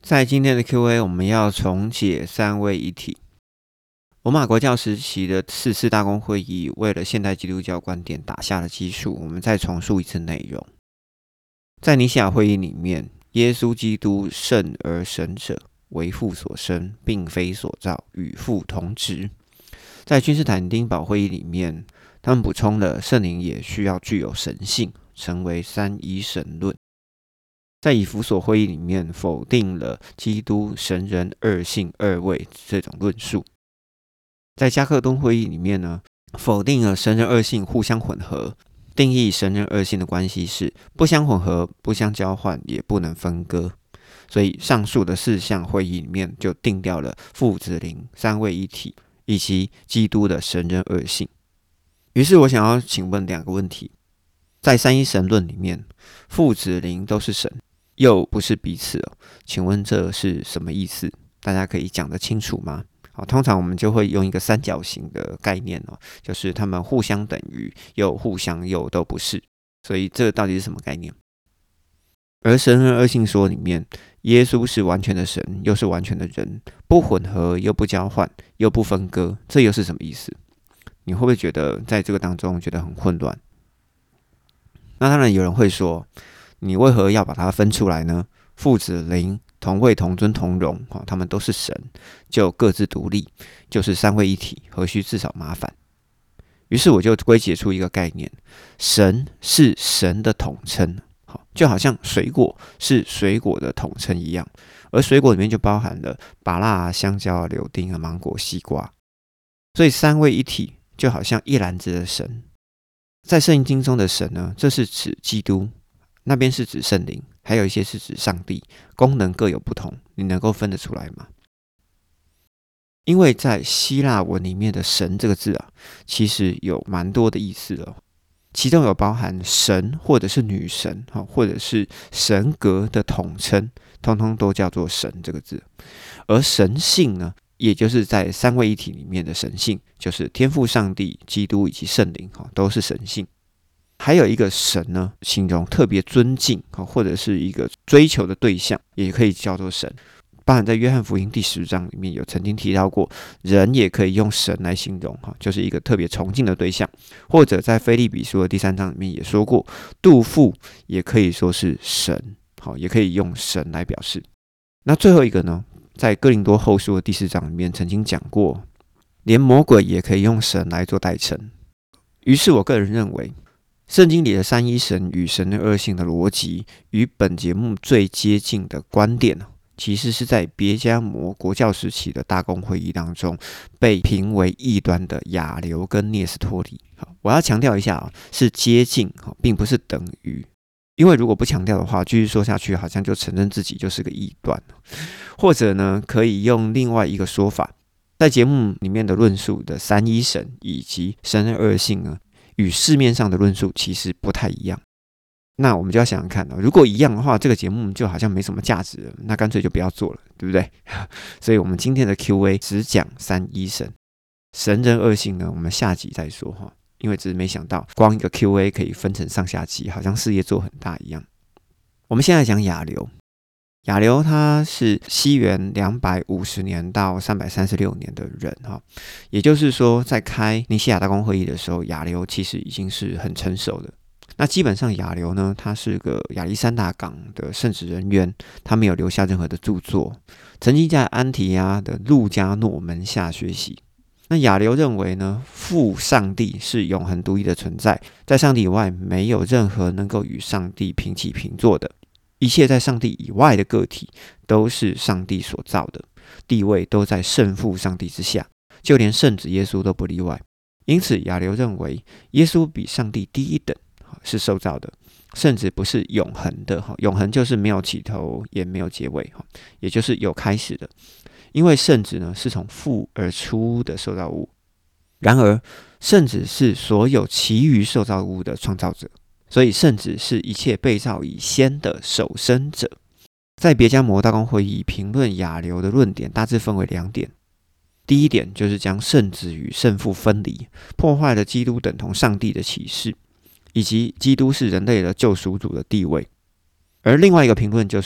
在今天的 Q&A， 我们要重解三位一体。罗马国教时期的四次大公会议为了现代基督教观点打下了基础。我们再重述一次内容。在尼西亚会议里面，耶稣基督圣而神者，为父所生，并非所造，与父同质。在君士坦丁堡会议里面，他们补充了圣灵也需要具有神性，成为三一神论。在以弗所会议里面，否定了基督神人二性二位这种论述。在加克东会议里面呢，否定了神人二性互相混合，定义神人二性的关系是不相混合、不相交换，也不能分割。所以上述的四项会议里面就定掉了父子灵三位一体，以及基督的神人二性。于是我想要请问两个问题：在三一神论里面，父子灵都是神，又不是彼此请问这是什么意思？大家可以讲得清楚吗？通常我们就会用一个三角形的概念就是他们互相等于，又互相又都不是。所以这到底是什么概念？而神人二性说里面，耶稣是完全的神，又是完全的人，不混合，又不交换，又不分割，这又是什么意思？你会不会觉得在这个当中觉得很混乱？那当然有人会说，你为何要把它分出来呢？父子灵同位同尊同荣，他们都是神，就各自独立，就是三位一体，何须自找麻烦？于是我就归结出一个概念：神是神的统称，就好像水果是水果的统称一样，而水果里面就包含了芭乐、香蕉、柳丁、芒果、西瓜，所以三位一体就好像一篮子的神。在圣经中的神呢，这是指基督，那边是指圣灵，还有一些是指上帝，功能各有不同，你能够分得出来吗？因为在希腊文里面的神这个字其实有蛮多的意思其中有包含神或者是女神，或者是神格的统称，通通都叫做神这个字。而神性呢，也就是在三位一体里面的神性，就是天父上帝、基督以及圣灵都是神性。还有一个神呢，形容特别尊敬或者是一个追求的对象，也可以叫做神。包含在约翰福音第10章里面有曾经提到过，人也可以用神来形容，就是一个特别崇敬的对象。或者在腓立比书的第3章里面也说过，妒父也可以说是神，也可以用神来表示。那最后一个呢，在哥林多后书的第4章里面曾经讲过，连魔鬼也可以用神来做代称。于是我个人认为，圣经里的三一神与神的二性的逻辑，与本节目最接近的观点其实是在别迦摩国教时期的大公会议当中被评为异端的亚流跟聂斯托里。我要强调一下是接近，并不是等于。因为如果不强调的话，继续说下去好像就承认自己就是个异端。或者呢，可以用另外一个说法，在节目里面的论述的三一神以及神的二性呢，与市面上的论述其实不太一样。那我们就要想想看，如果一样的话，这个节目就好像没什么价值了，那干脆就不要做了，对不对？所以我们今天的 Q&A 只讲三一神，神人二性呢，我们下集再说哈。因为只是没想到，光一个 Q&A 可以分成上下集，好像事业做很大一样。我们现在讲亚流，亚流他是西元250年到336年的人也就是说，在开尼西亚大公会议的时候，亚流其实已经是很成熟的。那基本上亚流呢，他是个亚历山大港的圣职人员，他没有留下任何的著作，曾经在安提阿的路加诺门下学习。那亚流认为呢，父上帝是永恒独一的存在，在上帝以外没有任何能够与上帝平起平坐的，一切在上帝以外的个体都是上帝所造的，地位都在圣父上帝之下，就连圣子耶稣都不例外。因此亚流认为耶稣比上帝低一等，是受造的，甚至不是永恒的，永恒就是没有起头也没有结尾，也就是有开始的。因为圣子呢是从父而出的受造物，然而圣子是所有其余受造物的创造者，所以圣子是一切被造以先的首生者。在别迦摩大公会议评论亚流的论点大致分为2点。第一点就是将圣子与圣父分离，破坏了基督等同上帝的启示，以及基督是人类的救赎主的地位。而另外一个评论就是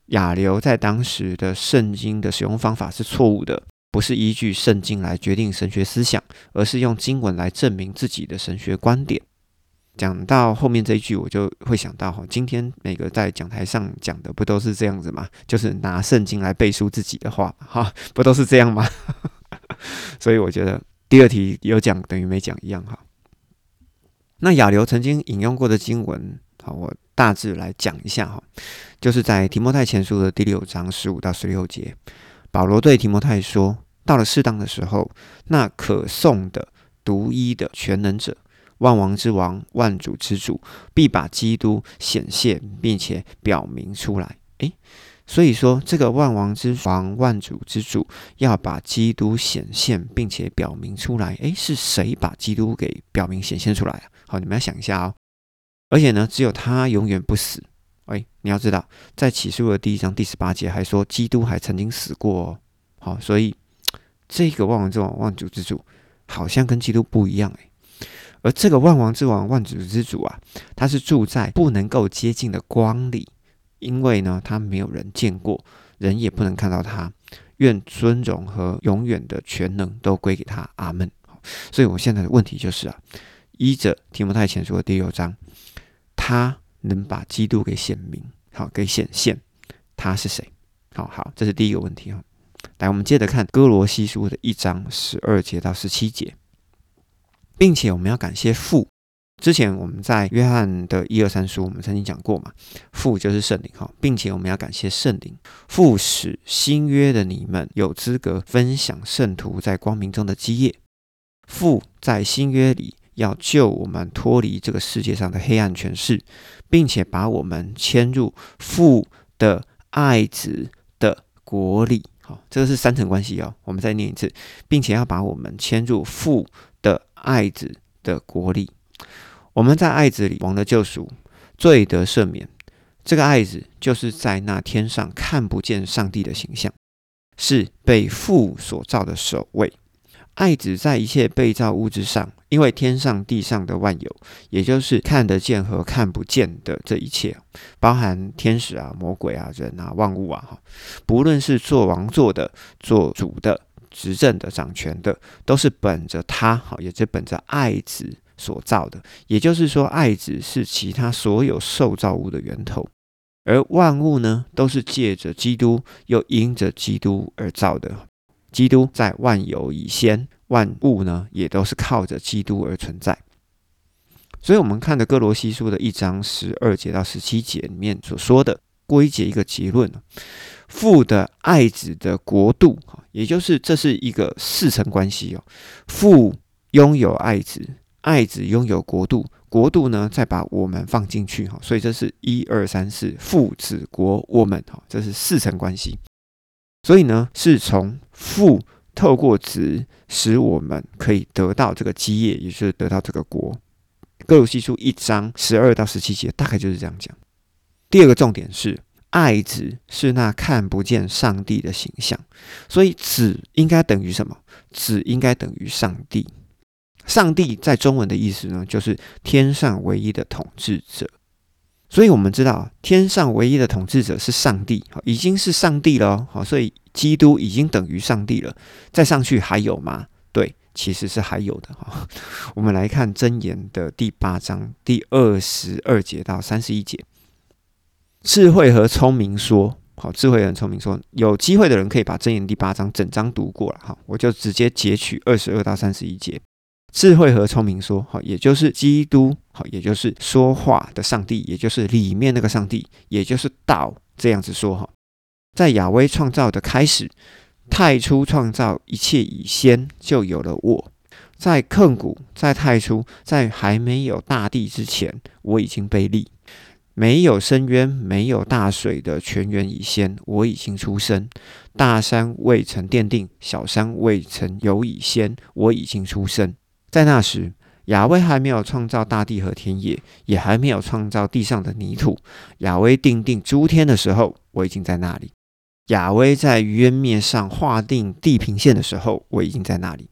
亚流在当时的圣经的使用方法是错误的，不是依据圣经来决定神学思想，而是用经文来证明自己的神学观点。讲到后面这一句，我就会想到今天每个在讲台上讲的不都是这样子吗？就是拿圣经来背书自己的话，不都是这样吗？所以我觉得第二题有讲等于没讲一样。那亚流曾经引用过的经文，我大致来讲一下，就是在提摩太前书的第6章15到16节，保罗对提摩太说，到了适当的时候，那可颂的、独一的、全能者，万王之王、万主之主，必把基督显现，并且表明出来。所以说这个万王之王、万主之主要把基督显现并且表明出来，是谁把基督给表明显现出来？好，你们要想一下而且呢，只有他永远不死。你要知道，在启示录的第1章第18节还说基督还曾经死过好，所以这个万王之王、万主之主好像跟基督不一样而这个万王之王、万主之主他是住在不能够接近的光里，因为呢，他没有人见过，人也不能看到他。愿尊荣和永远的全能都归给他，阿们。所以我现在的问题就是依着提摩太前书的第6章，他能把基督给显明，给显现，他是谁？好，这是第一个问题来，我们接着看哥罗西书的1章12节到17节，并且我们要感谢父。之前我们在约翰的1、2、3书我们曾经讲过嘛，父就是圣灵并且我们要感谢圣灵，父使新约的你们有资格分享圣徒在光明中的基业。父在新约里要救我们脱离这个世界上的黑暗权势，并且把我们迁入父的爱子的国里。这个是3层关系我们再念一次，并且要把我们迁入父的爱子的国里。我们在爱子里蒙了救赎，罪得赦免。这个爱子就是在那天上看不见上帝的形象，是被父所造的首位。爱子在一切被造物之上，因为天上地上的万有，也就是看得见和看不见的这一切，包含天使魔鬼人万物不论是做王做的、做主的、执政的、掌权的，都是本着他也就是本着爱子所造的。也就是说，爱子是其他所有受造物的源头，而万物呢，都是借着基督又因着基督而造的。基督在万有以先，万物呢也都是靠着基督而存在。所以我们看的哥罗西书的1章12节到17节里面所说的，归结一个结论，父的爱子的国度，也就是这是一个4层关系父拥有爱子，爱子拥有国度，国度呢再把我们放进去，所以这是1、2、3、4，父子国我们，这是4层关系。所以呢，是从父透过子使我们可以得到这个基业，也就是得到这个国。哥罗西书1章12到17节大概就是这样讲。第二个重点是，爱子是那看不见上帝的形象，所以子应该等于什么？子应该等于上帝。上帝在中文的意思呢，就是天上唯一的统治者。所以我们知道，天上唯一的统治者是上帝，已经是上帝了所以基督已经等于上帝了。再上去还有吗？对，其实是还有的我们来看箴言的第8章第22节到31节。智慧和聪明说，智慧和聪明说，有机会的人可以把箴言第8章整章读过了我就直接截取22到31节。智慧和聪明说，也就是基督，也就是说话的上帝，也就是里面那个上帝，也就是道，这样子说在亚威创造的开始，太初创造一切以先，就有了我。在亘古，在太初，在还没有大地之前，我已经被立。没有深渊，没有大水的泉源以先，我已经出生。大山未曾奠定，小山未曾有以先，我已经出生。在那时，亚威还没有创造大地和田野，也还没有创造地上的泥土。亚威定诸天的时候，我已经在那里。亚威在渊面上划定地平线的时候，我已经在那里。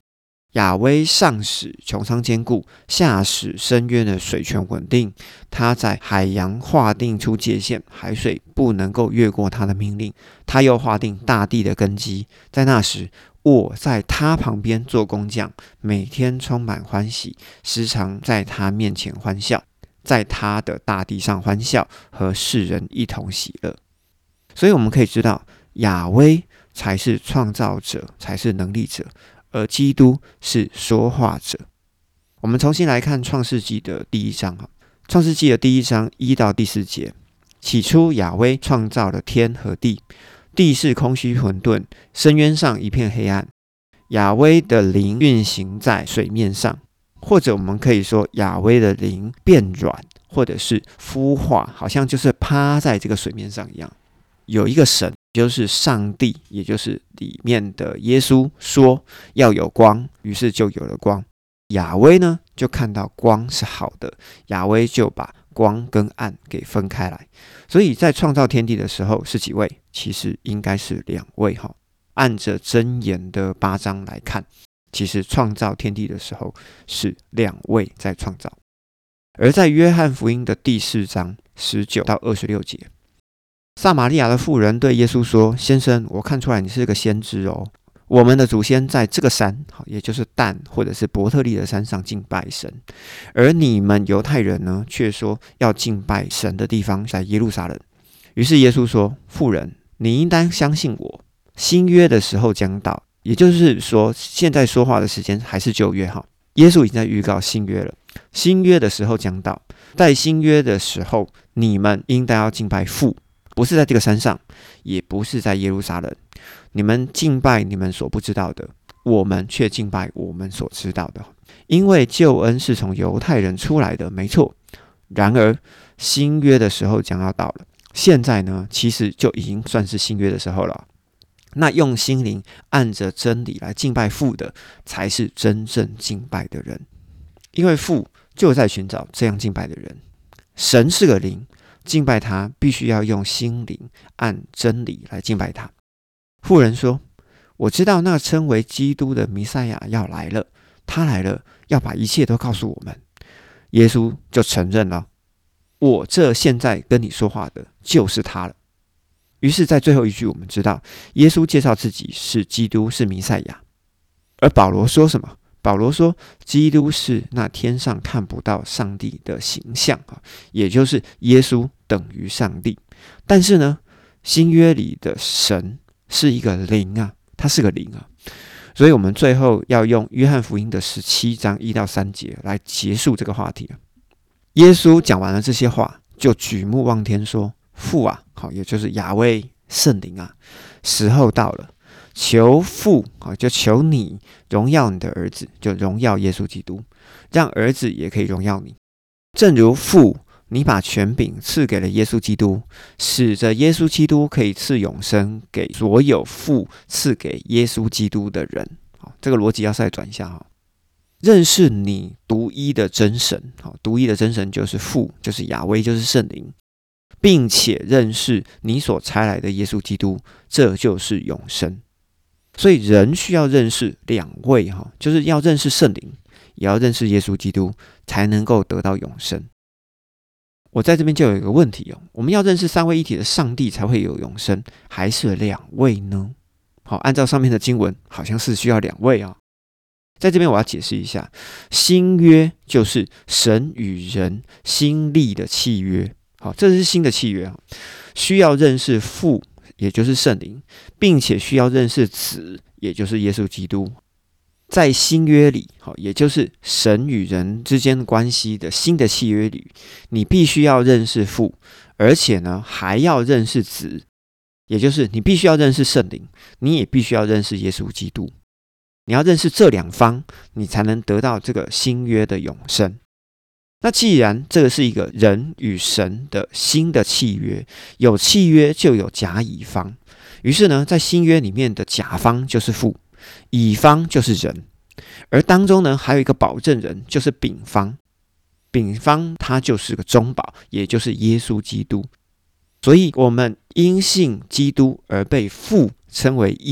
亚威上使穹苍坚固，下使深渊的水泉稳定。他在海洋划定出界限，海水不能够越过他的命令。他又划定大地的根基，在那时，我在他旁边做工匠，每天充满欢喜，时常在他面前欢笑，在他的大地上欢笑，和世人一同喜乐。所以我们可以知道，亚威才是创造者，才是能力者，而基督是说话者。我们重新来看创世纪的第一章，创世纪的第一章1到第4节。起初亚威创造了天和地，地是空虚混沌，深渊上一片黑暗。亚威的灵运行在水面上，或者我们可以说亚威的灵变软，或者是孵化，好像就是趴在这个水面上一样。有一个神，就是上帝，也就是里面的耶稣说要有光，于是就有了光。亚威呢就看到光是好的，亚威就把光跟暗给分开来。所以在创造天地的时候是几位？其实应该是2位。按着箴言的8章来看，其实创造天地的时候是2位在创造。而在约翰福音的第4章19到26节，撒玛利亚的妇人对耶稣说：先生，我看出来你是个先知哦。我们的祖先在这个山，也就是但或者是伯特利的山上敬拜神，而你们犹太人呢，却说要敬拜神的地方在耶路撒冷。于是耶稣说：妇人，你应当相信我，新约的时候将到，也就是说现在说话的时间还是旧约。耶稣已经在预告新约了，新约的时候将到，在新约的时候，你们应当要敬拜父，不是在这个山上，也不是在耶路撒冷。你们敬拜你们所不知道的，我们却敬拜我们所知道的。因为救恩是从犹太人出来的，没错。然而新约的时候将要到了，现在呢，其实就已经算是新约的时候了。那用心灵按着真理来敬拜父的，才是真正敬拜的人，因为父就在寻找这样敬拜的人。神是个灵，敬拜他必须要用心灵按真理来敬拜他。妇人说：我知道那称为基督的弥赛亚要来了，他来了，要把一切都告诉我们。耶稣就承认了，我这现在跟你说话的就是他了。于是在最后一句，我们知道耶稣介绍自己是基督，是弥赛亚。而保罗说什么？保罗说基督是那天上看不到上帝的形象，也就是耶稣等于上帝。但是呢，新约里的神是一个灵啊，他是个灵啊。所以我们最后要用约翰福音的17章1到3节来结束这个话题。耶稣讲完了这些话，就举目望天说：父啊，也就是亚威圣灵啊，时候到了，求父，就求你荣耀你的儿子，就荣耀耶稣基督，让儿子也可以荣耀你，正如父你把权柄赐给了耶稣基督，使着耶稣基督可以赐永生给所有父赐给耶稣基督的人。这个逻辑要再转一下。认识你独一的真神，独一的真神就是父，就是亚威，就是圣灵，并且认识你所差来的耶稣基督，这就是永生。所以人需要认识2位，就是要认识圣灵，也要认识耶稣基督，才能够得到永生。我在这边就有一个问题，我们要认识3位一体的上帝才会有永生，还是2位呢？按照上面的经文，好像是需要2位啊。在这边我要解释一下，新约就是神与人新立的契约，这是新的契约，需要认识父，也就是圣灵，并且需要认识子，也就是耶稣基督。在新约里，也就是神与人之间的关系的新的契约里，你必须要认识父，而且呢还要认识子，也就是你必须要认识圣灵，你也必须要认识耶稣基督。你要认识这2方，你才能得到这个新约的永生。那既然这个是一个人与神的新的契约，有契约就有甲乙方，于是呢，在新约里面的甲方就是父，乙方就是人，而当中呢还有一个保证人，就是丙方。丙方他就是个中保，也就是耶稣基督。所以我们因信基督而被父称为义，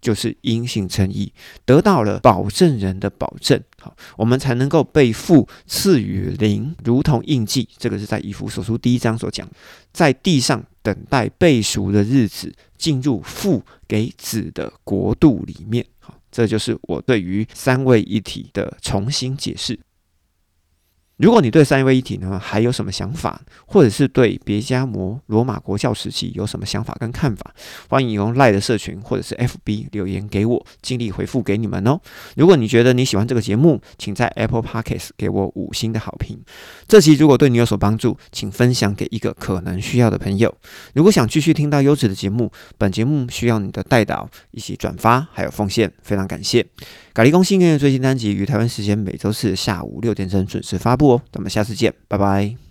就是因信称义，得到了保证人的保证，好，我们才能够被父赐予灵，如同印记。这个是在以弗所书1章所讲，在地上等待被赎的日子，进入父给子的国度里面。好，这就是我对于三位一体的重新解释。如果你对三位一体呢还有什么想法，或者是对别迦摩罗马国教时期有什么想法跟看法，欢迎用 LINE 的社群或者是 FB 留言给我，尽力回复给你们哦。如果你觉得你喜欢这个节目，请在 Apple Podcast 给我5星的好评。这期如果对你有所帮助，请分享给一个可能需要的朋友。如果想继续听到优质的节目，本节目需要你的代导以及转发还有奉献，非常感谢。咖喱公信音乐最新单集于台湾时间每周四下午6点整准时发布哦，咱们下次见，拜拜。